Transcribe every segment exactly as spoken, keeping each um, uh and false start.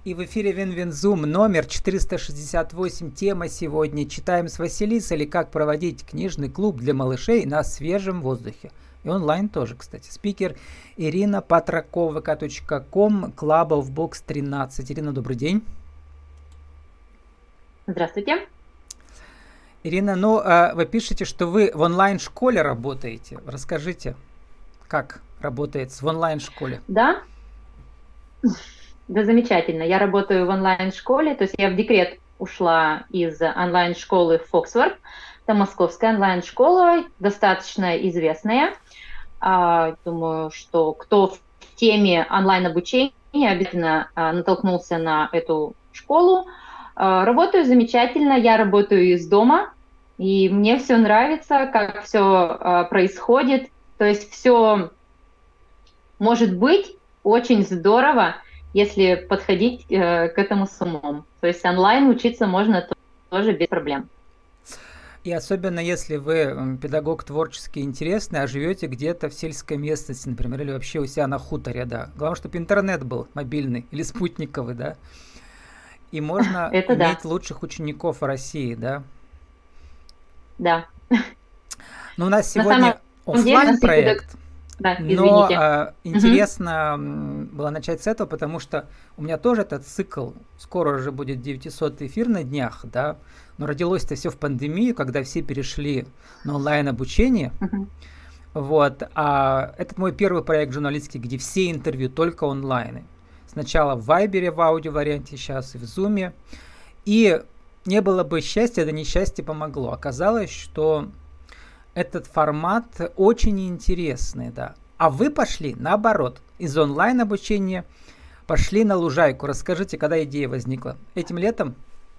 И в эфире Винвинзум номер четыреста шестьдесят восемь. Тема сегодня «Читаем с Василисой» или «Как проводить книжный клуб для малышей на свежем воздухе». И онлайн тоже, кстати. Спикер Ирина Патракова, ка точка ком, Club of Books тринадцать. Ирина, добрый день. Здравствуйте. Ирина, ну, вы пишете, что вы в онлайн-школе работаете. Расскажите, как работает в онлайн-школе? Да. Да, замечательно. Я работаю в онлайн-школе, то есть я в декрет ушла из онлайн-школы в Фоксворт. Это московская онлайн-школа, достаточно известная. Думаю, что кто в теме онлайн-обучения обязательно натолкнулся на эту школу. Работаю замечательно, я работаю из дома, и мне все нравится, как все происходит. То есть все может быть очень здорово, если подходить э, к этому с умом. То есть онлайн учиться можно тоже без проблем. И особенно если вы педагог творчески интересный, а живете где-то в сельской местности, например, или вообще у себя на хуторе, да. Главное, чтобы интернет был мобильный или спутниковый, да. И можно Это иметь да. лучших учеников в России, да. Да. Но у нас сегодня офлайн проект. Да, но э, интересно угу. было начать с этого, потому что у меня тоже этот цикл, скоро уже будет девятисотый эфир на днях, да, но родилось-то все в пандемию, когда все перешли на онлайн-обучение, угу. вот, а этот мой первый проект журналистский, где все интервью только онлайн. Сначала в Вайбере в аудио-варианте, сейчас и в Зуме, и не было бы счастья, да несчастье помогло. Оказалось, что этот формат очень интересный, да. А вы пошли наоборот, из онлайн-обучения пошли на лужайку. Расскажите, когда идея возникла? Этим летом?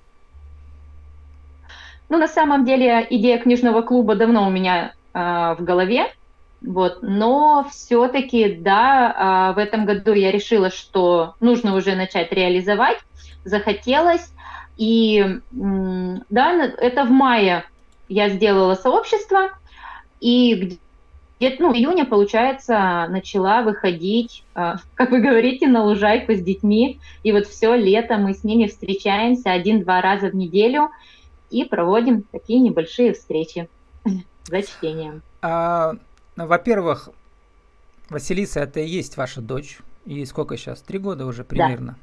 Ну, на самом деле, идея книжного клуба давно у меня э, в голове, вот. Но все-таки, да, э, в этом году я решила, что нужно уже начать реализовать, захотелось. И, э, да, это в мае я сделала сообщество, и где-то ну, в июне, получается, начала выходить, как вы говорите, на лужайку с детьми. И вот все лето мы с ними встречаемся один-два раза в неделю и проводим такие небольшие встречи за чтением. А, ну, во-первых, Василиса, это и есть ваша дочь. И сколько сейчас? Три года уже примерно?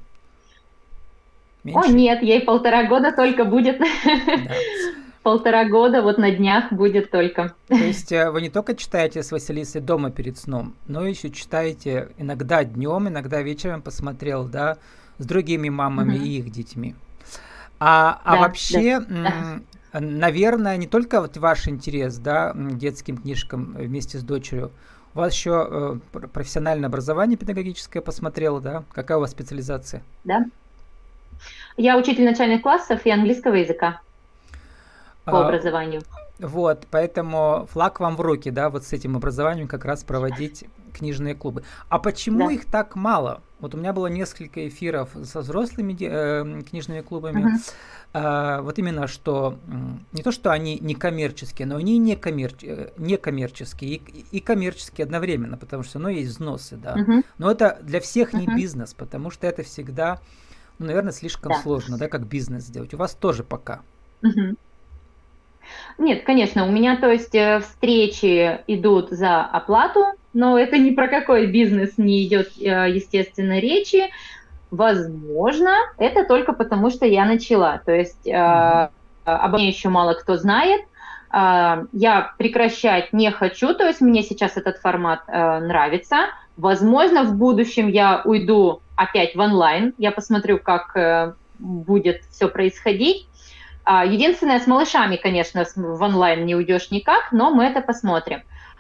Да. О, нет, ей полтора года только будет. Да. Полтора года, вот на днях будет только. То есть вы не только читаете с Василисой дома перед сном, но еще читаете иногда днем, иногда вечером посмотрел, да, с другими мамами угу. и их детьми. А, а да, вообще, да. наверное, не только вот ваш интерес, да, к детским книжкам вместе с дочерью, у вас еще профессиональное образование педагогическое посмотрел, да? Какая у вас специализация? Да. Я учитель начальных классов и английского языка. По образованию. А, вот, поэтому флаг вам в руки, да, вот с этим образованием как раз проводить книжные клубы. А почему да. их так мало? Вот у меня было несколько эфиров со взрослыми э, книжными клубами. Uh-huh. э, вот именно, что не то, что они не коммерческие, но они не, коммер... не коммерческие и, и коммерческие одновременно, потому что, ну, есть взносы, да. Uh-huh. Но это для всех не uh-huh. бизнес, потому что это всегда, ну, наверное, слишком да. сложно, да, как бизнес сделать. У вас тоже пока. Uh-huh. Нет, конечно, у меня, то есть, встречи идут за оплату, но это ни про какой бизнес не идет, естественно, речи. Возможно, это только потому, что я начала. То есть mm-hmm. обо мне еще мало кто знает. Я прекращать не хочу, то есть мне сейчас этот формат нравится. Возможно, в будущем я уйду опять в онлайн, я посмотрю, как будет все происходить. Единственное, с малышами, конечно, в онлайн не уйдешь никак, но мы это посмотрим.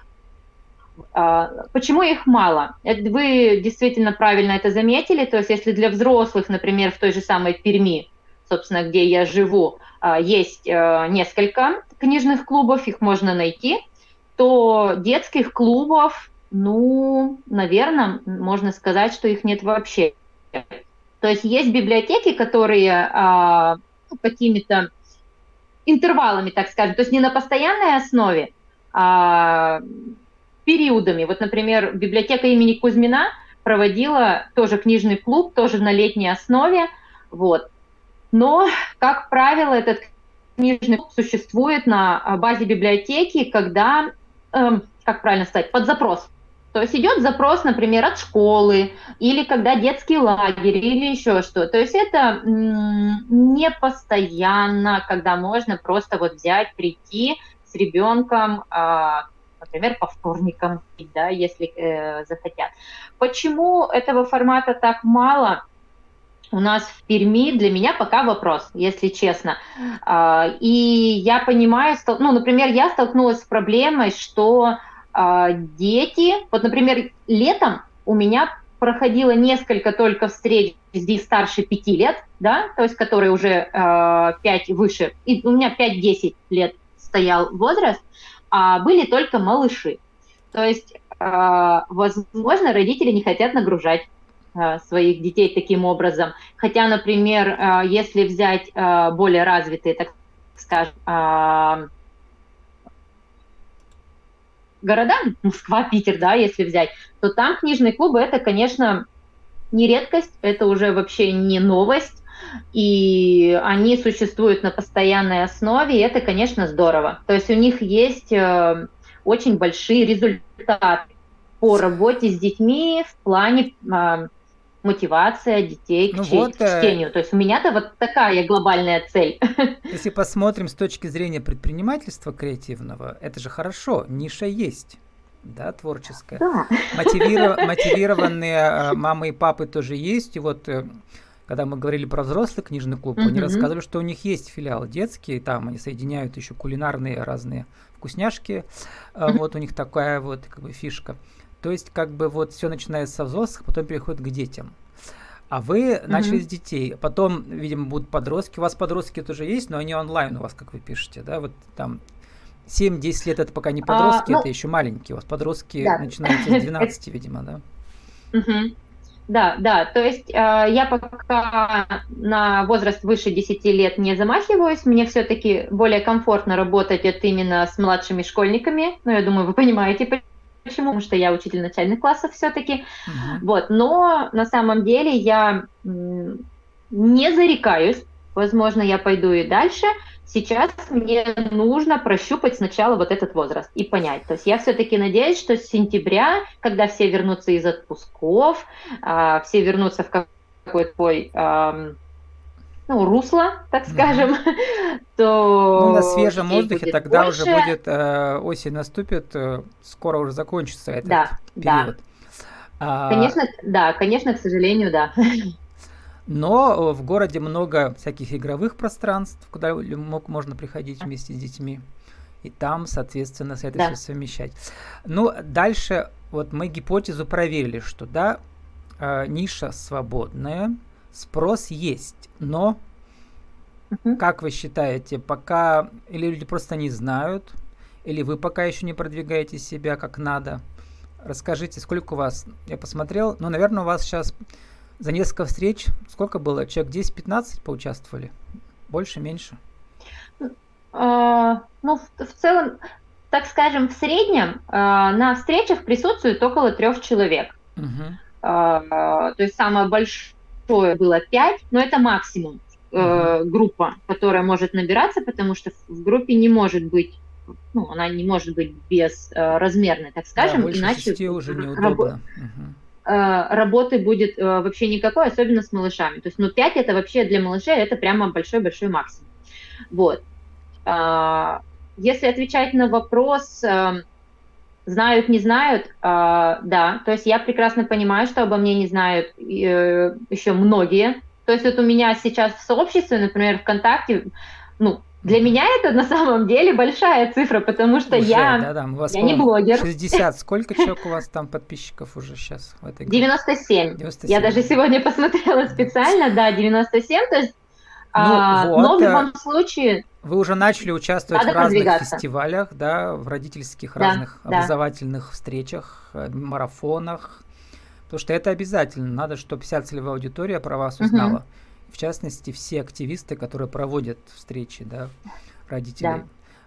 Почему их мало? Вы действительно правильно это заметили. То есть если для взрослых, например, в той же самой Перми, собственно, где я живу, есть несколько книжных клубов, их можно найти, то детских клубов, ну, наверное, можно сказать, что их нет вообще. То есть есть библиотеки, которые... какими-то интервалами, так скажем, то есть не на постоянной основе, а периодами. Вот, например, библиотека имени Кузьмина проводила тоже книжный клуб, тоже на летней основе, вот. Но, как правило, этот книжный клуб существует на базе библиотеки, когда, э, как правильно сказать, под запрос. То есть идет запрос, например, от школы, или когда детский лагерь, или еще что. То есть это м, не постоянно, когда можно просто вот взять, прийти с ребенком, э, например, по вторникам, да, если э, захотят. Почему этого формата так мало? У нас в Перми для меня пока вопрос, если честно. И я понимаю, ну, например, я столкнулась с проблемой, что дети, вот, например, летом у меня проходило несколько только встреч здесь старше пяти лет, да, то есть которые уже пять выше, и у меня пять-десять лет стоял возраст, а были только малыши. То есть, возможно, родители не хотят нагружать своих детей таким образом. Хотя, например, если взять более развитые, так скажем, города, Москва, Питер, да, если взять, то там книжные клубы, это, конечно, не редкость, это уже вообще не новость, и они существуют на постоянной основе, и это, конечно, здорово. То есть у них есть очень большие результаты по работе с детьми в плане мотивация детей к, ну ч- вот, к чтению. То есть у меня-то вот такая глобальная цель. Если посмотрим с точки зрения предпринимательства креативного, это же хорошо, ниша есть, да, творческая. Да. Мотивиров... Мотивированные мамы и папы тоже есть. И вот когда мы говорили про взрослый книжный клуб, mm-hmm. они рассказывали, что у них есть филиал детский, там они соединяют еще кулинарные разные вкусняшки. Mm-hmm. Вот у них такая вот как бы фишка. То есть, как бы вот все начинается со взрослых, потом переходит к детям. А вы mm-hmm. начали с детей. Потом, видимо, будут подростки. У вас подростки тоже есть, но они онлайн у вас, как вы пишете, да? Вот там семь-десять лет это пока не подростки, а, ну, это еще маленькие. У вас подростки да. начинаются с двенадцати, видимо, да? Mm-hmm. Да, да. То есть э, я пока на возраст выше десяти лет не замахиваюсь. Мне все-таки более комфортно работать это именно с младшими школьниками. Ну, я думаю, вы понимаете, почему. Почему? Потому что я учитель начальных классов все-таки. Uh-huh. Вот. Но на самом деле я м, не зарекаюсь. Возможно, я пойду и дальше. Сейчас мне нужно прощупать сначала вот этот возраст и понять. То есть я все-таки надеюсь, что с сентября, когда все вернутся из отпусков, э, все вернутся в какой-то э, ну, русло, так скажем, mm-hmm. то... Ну, на свежем воздухе тогда больше. Уже будет, э, осень наступит, э, скоро уже закончится этот да, период. Да. А... Конечно, да, конечно, к сожалению, да. Но в городе много всяких игровых пространств, куда мог, можно приходить вместе с детьми. И там, соответственно, это да. все совмещать. Ну, дальше вот мы гипотезу проверили, что да, э, ниша свободная, спрос есть, но, uh-huh. как вы считаете, пока или люди просто не знают, или вы пока еще не продвигаете себя как надо? Расскажите, сколько у вас, я посмотрел, ну, наверное, у вас сейчас за несколько встреч, сколько было, человек десять-пятнадцать поучаствовали? Больше, меньше? Uh, ну, в, в целом, так скажем, в среднем uh, на встречах присутствует около трех человек. Uh-huh. Uh, то есть самое большое было пять, но это максимум э, uh-huh. группа, которая может набираться, потому что в группе не может быть, ну, она не может быть безразмерной, так скажем, да, иначе уже неудобно. Раб- uh-huh. э, работы будет э, вообще никакой, особенно с малышами. То есть, ну, пять это вообще для малышей это прямо большой-большой максимум. Вот. Э, если отвечать на вопрос, э, знают, не знают, э, да, то есть я прекрасно понимаю, что обо мне не знают э, еще многие. То есть вот у меня сейчас в сообществе, например, ВКонтакте, ну, для меня это на самом деле большая цифра, потому что уже, я, да, да. У вас, я не блогер. шестьдесят, сколько человек у вас там подписчиков уже сейчас в этой группе? девяносто семь. девяносто семь. Я даже сегодня посмотрела специально, да, девяносто семь, то есть, ну, а, вот, но в любом случае... Вы уже начали участвовать в разных фестивалях, да, в родительских да, разных да. образовательных встречах, марафонах, потому что это обязательно. Надо, чтобы вся целевая аудитория про вас узнала. Uh-huh. В частности, все активисты, которые проводят встречи, да, родителей.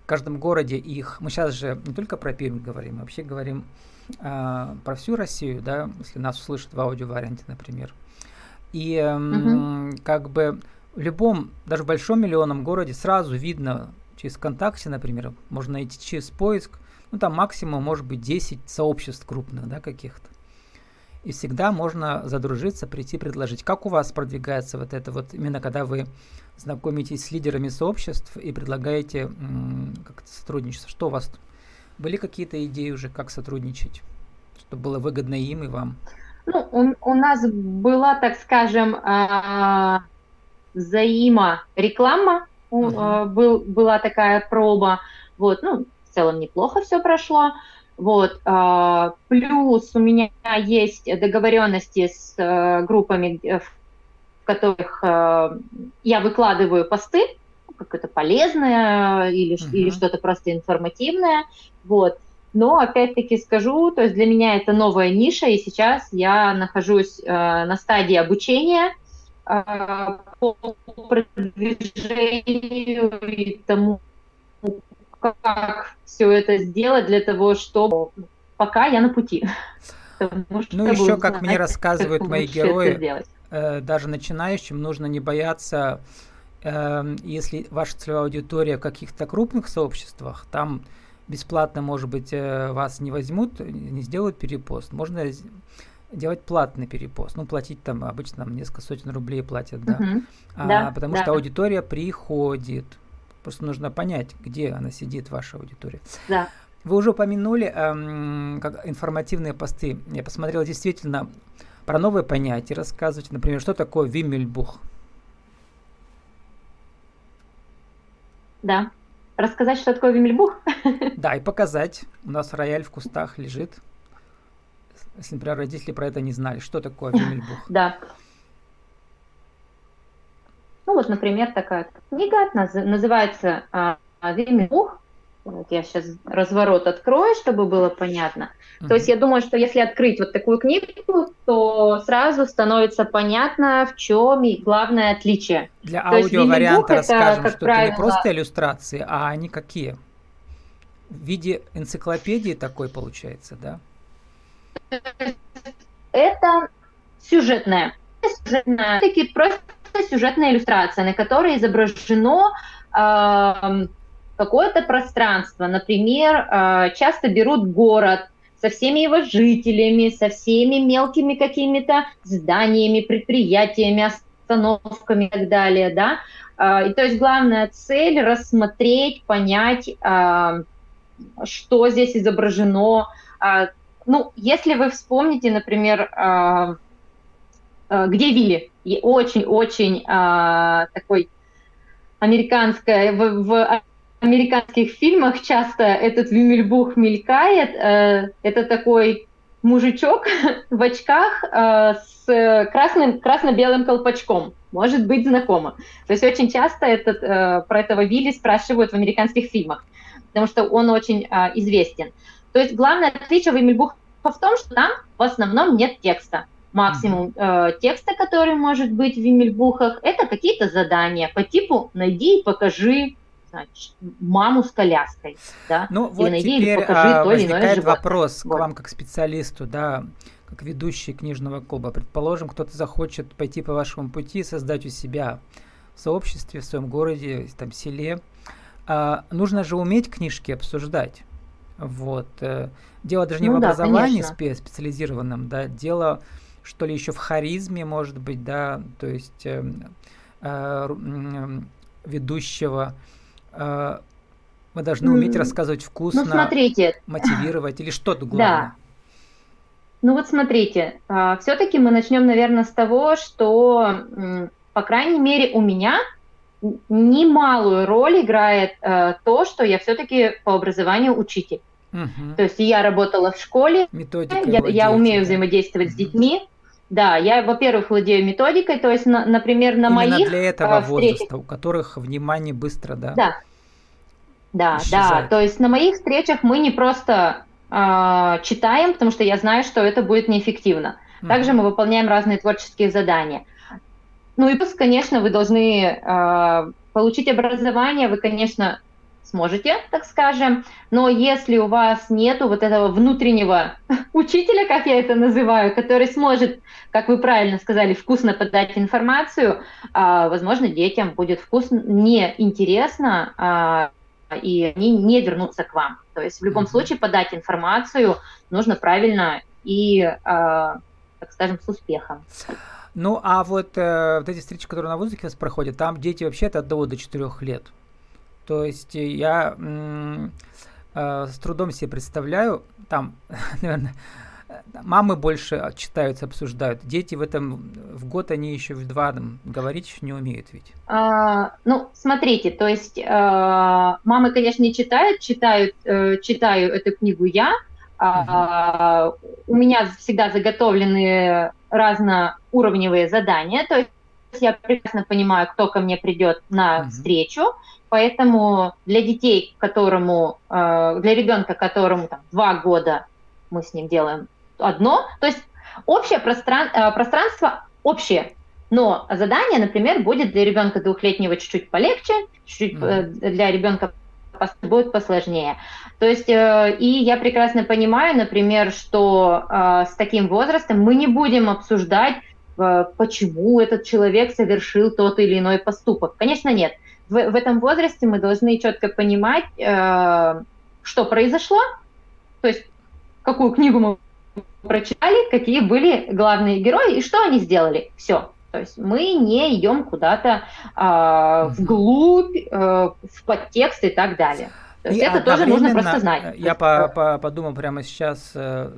в каждом городе их, мы сейчас же не только про Пермь говорим, вообще говорим э, про всю Россию, да, если нас услышат в аудиоварианте, например. И э, mm-hmm. как бы в любом, даже в большом миллионном городе сразу видно через ВКонтакте, например, можно найти через поиск, ну там максимум может быть десять сообществ крупных, да, каких-то. И всегда можно задружиться, прийти, предложить. Как у вас продвигается вот это вот, именно когда вы знакомитесь с лидерами сообществ и предлагаете м, как-то сотрудничество? Что у вас? Были какие-то идеи уже, как сотрудничать, чтобы было выгодно им и вам? Ну, у, у нас была, так скажем, э, взаимореклама, uh-huh. был, была такая проба, вот, ну, в целом неплохо все прошло. Вот, э, плюс у меня есть договоренности с э, группами, в которых э, я выкладываю посты, как это полезное или, uh-huh. или что-то просто информативное, вот. Но опять-таки скажу, то есть для меня это новая ниша, и сейчас я нахожусь э, на стадии обучения э, по продвижению и тому, как все это сделать для того, чтобы пока я на пути. Потому что ну, еще, как мне рассказывают как мои герои, э, даже начинающим нужно не бояться, э, если ваша целевая аудитория в каких-то крупных сообществах, там бесплатно, может быть, э, вас не возьмут, не сделают перепост. Можно делать платный перепост. Ну, платить там обычно там, несколько сотен рублей платят, да. Uh-huh. А, да потому да. что аудитория приходит. Просто нужно понять, где она сидит, ваша аудитория. Да. Вы уже упомянули эм, как информативные посты. Я посмотрел действительно про новые понятия рассказывать. Например, что такое Виммельбух? Да. Рассказать, что такое Виммельбух? Да, и показать. У нас рояль в кустах лежит. Если, например, родители про это не знали. Что такое Виммельбух? Да. Ну вот, например, такая книга называется Виммельбух. Вот я сейчас разворот открою, чтобы было понятно. Uh-huh. То есть я думаю, что если открыть вот такую книгу, то сразу становится понятно, в чем и главное отличие. Для аудиоварианта расскажем, это, что правильно... это не просто иллюстрации, а они какие? В виде энциклопедии такой получается, да? Это сюжетная. сюжетная такие просто сюжетная иллюстрация, на которой изображено э, какое-то пространство. Например, часто берут город со всеми его жителями, со всеми мелкими какими-то зданиями, предприятиями, остановками и так далее. Да? И то есть главная цель — рассмотреть, понять, что здесь изображено. Ну, если вы вспомните, например, «Где Вилли?» Очень-очень такой американская в, в американских фильмах часто этот Виммельбух мелькает. Это такой мужичок в очках с красным, красно-белым колпачком. Может быть знакомо. То есть очень часто этот, про этого Вилли спрашивают в американских фильмах, потому что он очень известен. То есть главное отличие Виммельбуха в том, что там в основном нет текста. Максимум э, текста, который может быть в Виммельбухах, это какие-то задания по типу «найди и покажи, значит, маму с коляской». Да? Ну вот найди, теперь а, возникает вопрос вот. К вам как специалисту, да, как ведущий книжного клуба. Предположим, кто-то захочет пойти по вашему пути, создать у себя в сообществе, в своем городе, там, селе. А, нужно же уметь книжки обсуждать. Вот. Дело даже не ну, в образовании да, специализированном, да, дело... что ли еще в харизме, может быть, да, то есть э, э, ведущего. Э, мы должны уметь рассказывать вкусно, ну, смотрите. Мотивировать или что-то главное. Да. Ну вот смотрите, э, все-таки мы начнем, наверное, с того, что, э, по крайней мере, у меня немалую роль играет э, то, что я все-таки по образованию учитель. Угу. То есть я работала в школе, я, я умею взаимодействовать да. с детьми. Да, я, во-первых, владею методикой, то есть, на, например, на Именно моих для этого встречах... возраста, у которых внимание быстро, да? Да, да, да. То есть на моих встречах мы не просто э, читаем, потому что я знаю, что это будет неэффективно. Также угу. мы выполняем разные творческие задания. Ну и плюс, конечно, вы должны э, получить образование, вы, конечно, сможете, так скажем, но если у вас нету вот этого внутреннего учителя, как я это называю, который сможет, как вы правильно сказали, вкусно подать информацию, возможно, детям будет вкусно, неинтересно, и они не вернутся к вам. То есть в любом mm-hmm. случае подать информацию нужно правильно и, так скажем, с успехом. Ну, а вот, э, вот эти встречи, которые на воздухе у вас проходят, там дети вообще-то от одного до четырёх лет. То есть я м- э, с трудом себе представляю, там, наверное, мамы больше читают, обсуждают. Дети в этом, в год они еще в два там, говорить еще не умеют ведь. А, ну, смотрите, то есть э, мамы, конечно, не читают, читают, э, читаю эту книгу я. Uh-huh. Uh, у меня всегда заготовлены разноуровневые задания, то есть я прекрасно понимаю, кто ко мне придет на uh-huh. встречу, поэтому для детей, которому, uh, для ребенка, которому там, два года, мы с ним делаем одно, то есть общее простран- uh, пространство общее, но задание, например, будет для ребенка двухлетнего чуть-чуть полегче, чуть-чуть uh-huh. для ребенка будет посложнее. То есть, э, и я прекрасно понимаю, например, что э, с таким возрастом мы не будем обсуждать, э, почему этот человек совершил тот или иной поступок. Конечно, нет. В, в этом возрасте мы должны четко понимать, э, что произошло, то есть какую книгу мы прочитали, какие были главные герои и что они сделали. Все. То есть мы не идем куда-то э, вглубь, э, в подтекст и так далее. То есть и это тоже нужно просто знать. Я по- по- подумал прямо сейчас,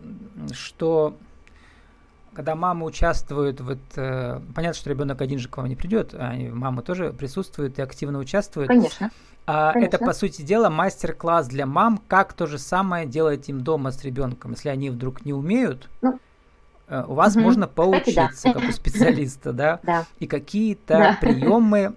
что когда мамы участвуют, вот, понятно, что ребенок один же к вам не придет, а мамы тоже присутствуют и активно участвуют. Конечно. А Конечно. Это, по сути дела, мастер-класс для мам, как то же самое делать им дома с ребенком. Если они вдруг не умеют, ну, у вас угу. можно поучиться, кстати, да. как у специалиста, да, да. и какие-то да. приемы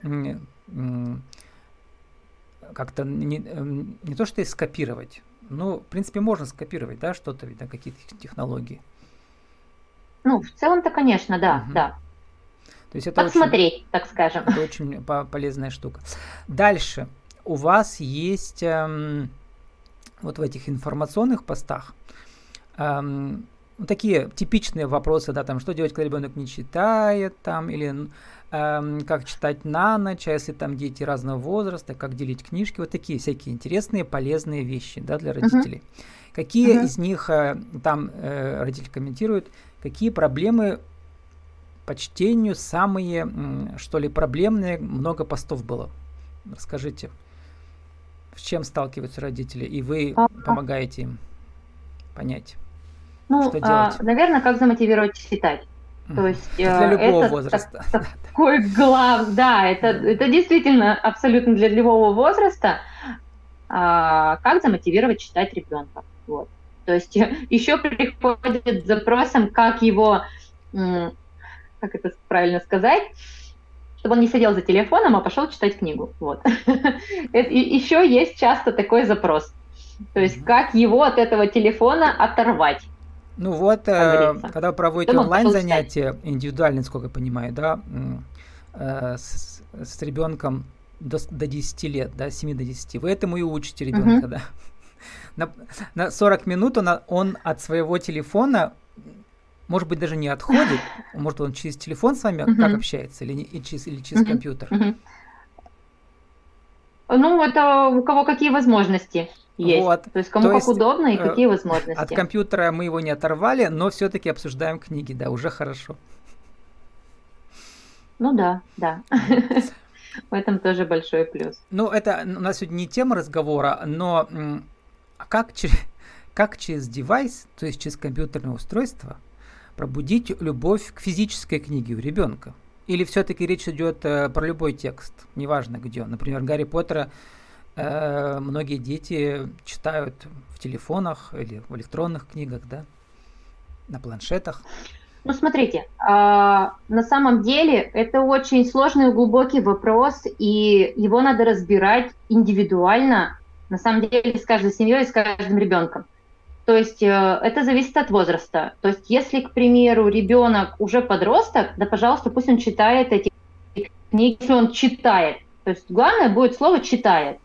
как-то не, не то что и скопировать, но, в принципе, можно скопировать, да, что-то, да, какие-то технологии. Ну, в целом-то, конечно, да, угу. да. То есть это подсмотреть, очень, так скажем. Это очень полезная штука. Дальше. У вас есть эм, вот в этих информационных постах эм, такие типичные вопросы, да, там, что делать, когда ребенок не читает, там, или эм, как читать на ночь, а если там дети разного возраста, как делить книжки, вот такие всякие интересные, полезные вещи, да, для родителей. Uh-huh. Какие uh-huh. из них, э, там э, родители комментируют, какие проблемы по чтению самые, что ли, проблемные, много постов было. Расскажите, с чем сталкиваются родители, и вы uh-huh. помогаете им понять. Ну, что делать? А, наверное, как замотивировать читать. То есть для любого это возраста. Так, такой глав, да, это, это действительно абсолютно для любого возраста. А, как замотивировать читать ребенка. Вот. То есть еще приходит с запросом, как его, как это правильно сказать, чтобы он не сидел за телефоном, а пошел читать книгу. Вот. Еще есть часто такой запрос. То есть как его от этого телефона оторвать. Ну вот, э, когда вы проводите онлайн-занятия, индивидуальные, сколько я понимаю, да, э, с, с ребенком до, до десяти лет, да, с семи до десяти, вы этому и учите ребенка, uh-huh. да. На, на сорок минут он, он от своего телефона, может быть, даже не отходит, может, он через телефон с вами uh-huh. как общается, или, или через, или через uh-huh. компьютер? Uh-huh. Ну, это у кого какие возможности есть. Вот. То есть кому То как есть, удобно и какие возможности. От компьютера мы его не оторвали, но все-таки обсуждаем книги, да, уже хорошо. Ну да, да. В этом тоже большой плюс. Ну, это у нас сегодня не тема разговора, но как, как через девайс, то есть через компьютерное устройство, пробудить любовь к физической книге у ребенка? Или все-таки речь идет э, про любой текст, неважно где он. Например, Гарри Поттера э, многие дети читают в телефонах или в электронных книгах, да, на планшетах. Ну, смотрите, э, на самом деле это очень сложный и глубокий вопрос, и его надо разбирать индивидуально, на самом деле, с каждой семьей и с каждым ребенком. То есть э, это зависит от возраста. То есть если, к примеру, ребенок уже подросток, да, пожалуйста, пусть он читает эти книги, если он читает. То есть главное будет слово «читает».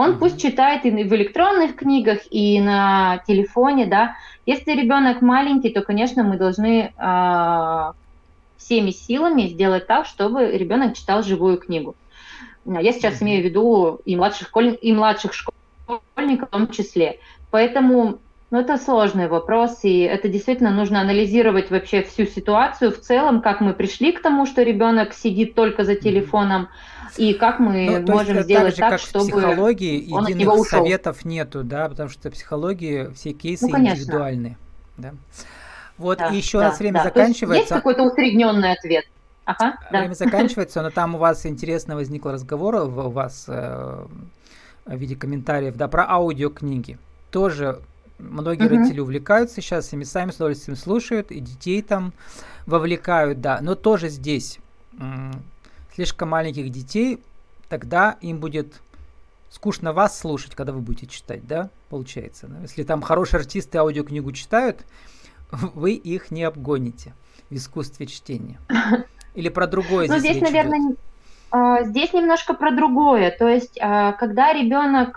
Он пусть читает и в электронных книгах, и на телефоне, да. Если ребенок маленький, то, конечно, мы должны э, всеми силами сделать так, чтобы ребенок читал живую книгу. Я сейчас имею в виду и младших, школь... и младших школьников в том числе. Поэтому ну, это сложный вопрос, и это действительно нужно анализировать вообще всю ситуацию в целом, как мы пришли к тому, что ребенок сидит только за телефоном, и как мы ну, можем есть, сделать так, так, же, как чтобы в психологии он от единых него ушел. Советов нету, да, потому что в психологии все кейсы ну, индивидуальные. Да. Вот, да, и еще да, у нас время да. заканчивается. То есть, есть какой-то усредненный ответ. Ага, время да. заканчивается, но там у вас интересно возникл разговор, у вас э, в виде комментариев, да, про аудиокниги. Тоже многие uh-huh. родители увлекаются сейчас, ими сами с удовольствием слушают, и детей там вовлекают, да. Но тоже здесь м- слишком маленьких детей, тогда им будет скучно вас слушать, когда вы будете читать, да, получается. Да? Если там хорошие артисты аудиокнигу читают, вы их не обгоните в искусстве чтения. Или про другое здесь, здесь речь наверное, идет? Здесь немножко про другое. То есть, когда ребенок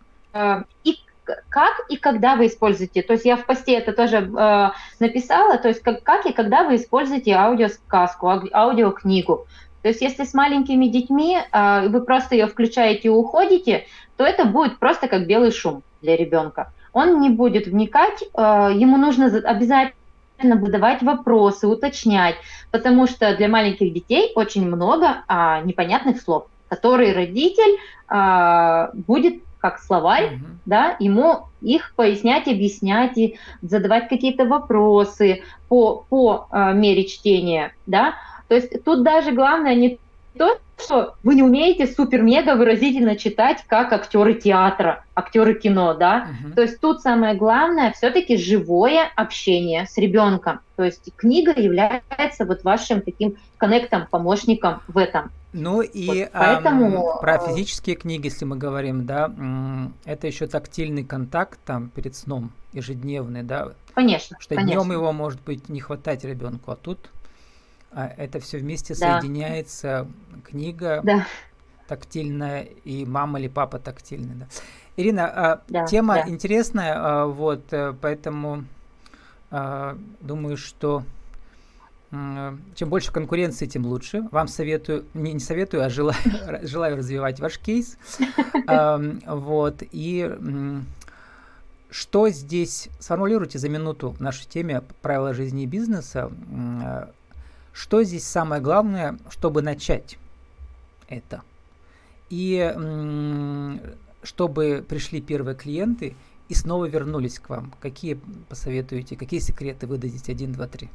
и как и когда вы используете. То есть я в посте это тоже э, написала, то есть как, как и когда вы используете аудиосказку, аудиокнигу. То есть если с маленькими детьми э, вы просто ее включаете и уходите, то это будет просто как белый шум для ребенка. Он не будет вникать, э, ему нужно обязательно задавать вопросы, уточнять, потому что для маленьких детей очень много а, непонятных слов, которые родитель а, будет как словарь, mm-hmm. да, ему их пояснять, объяснять и задавать какие-то вопросы по, по а, мере чтения, да. То есть тут даже главное не то, что вы не умеете супер-мега выразительно читать, как актеры театра, актеры кино, да. Uh-huh. То есть тут самое главное все-таки живое общение с ребенком. То есть книга является вот вашим таким коннектом, помощником в этом. Ну и вот, поэтому... эм, про физические книги, если мы говорим, да, это еще тактильный контакт там перед сном, ежедневный, да. Конечно. Что конечно. днем его может быть не хватать ребенку, а тут а это все вместе да. соединяется, книга да. тактильная и мама или папа тактильный. Да. Ирина, да, тема да. интересная, вот, поэтому думаю, что чем больше конкуренции, тем лучше. Вам советую, не, не советую, а желаю, желаю развивать ваш кейс. Вот, и что здесь, сформулируйте за минуту в нашей теме «Правила жизни и бизнеса», что здесь самое главное, чтобы начать это? И м- чтобы пришли первые клиенты и снова вернулись к вам. Какие посоветуете, какие секреты вы дадите? Один, два, три.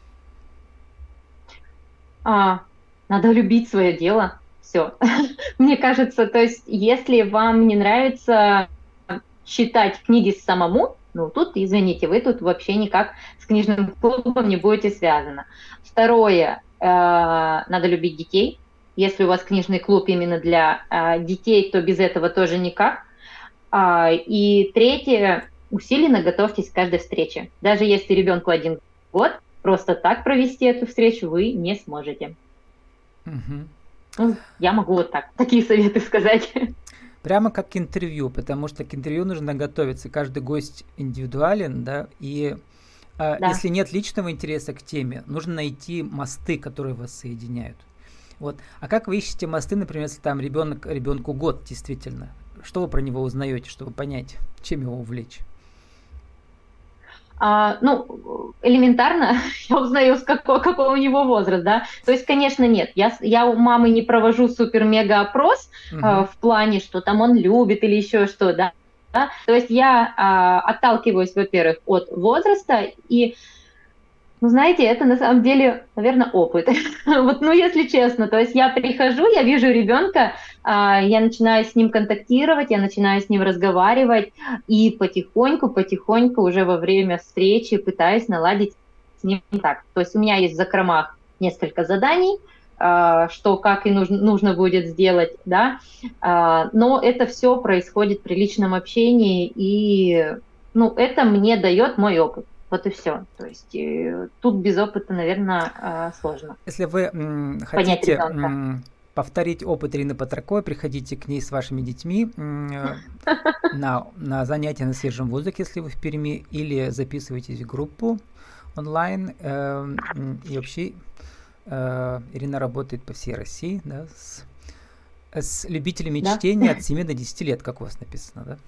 А, надо любить свое дело. Все. Мне кажется, то есть, если вам не нравится читать книги самому, ну, тут, извините, вы тут вообще никак с книжным клубом не будете связаны. Второе, э, надо любить детей. Если у вас книжный клуб именно для э, детей, то без этого тоже никак. А, и третье, усиленно готовьтесь к каждой встрече. Даже если ребенку один год, просто так провести эту встречу вы не сможете. Угу. Ну, я могу вот так, такие советы сказать. Прямо как к интервью, потому что к интервью нужно готовиться. Каждый гость индивидуален, да, и э, да. если нет личного интереса к теме, нужно найти мосты, которые вас соединяют. Вот. А как вы ищете мосты, например, если там ребенок, ребенку год действительно? Что вы про него узнаете, чтобы понять, чем его увлечь? А, ну, элементарно я узнаю, с какого, какого у него возраст, да. То есть, конечно, нет. Я, я у мамы не провожу супер-мега-опрос uh-huh. а, в плане, что там он любит или еще что, да. да? То есть я а, отталкиваюсь, во-первых, от возраста и, ну, знаете, это на самом деле, наверное, опыт. Вот, ну, если честно, то есть я прихожу, я вижу ребенка, я начинаю с ним контактировать, я начинаю с ним разговаривать, и потихоньку, потихоньку уже во время встречи пытаюсь наладить с ним контакт. То есть у меня есть в закромах несколько заданий, что как и нужно, нужно будет сделать, да, но это все происходит при личном общении, и, ну, это мне дает мой опыт. Вот и все. То есть э, тут без опыта, наверное, э, сложно. Если вы м, хотите м, повторить опыт Ирины Патраковой, приходите к ней с вашими детьми на, на занятия на свежем воздухе, если вы в Перми, или записывайтесь в группу онлайн. И вообще Ирина работает по всей России, да, с, с любителями да. чтения от семи до десяти лет, как у вас написано, да?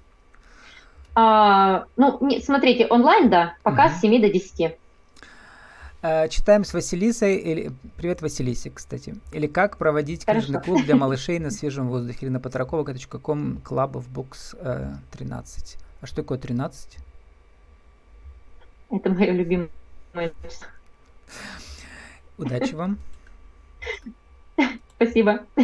А, ну, не, смотрите, онлайн, да, пока угу. с семи до десяти. Читаем с Василисой. Или... Привет, Василисе, кстати. Или как проводить Хорошо. Книжный клуб для малышей на свежем воздухе. Ирина Патракова точка ком, Club of Books тринадцать. А что такое тринадцать? Это мое любимое. Удачи вам. Спасибо.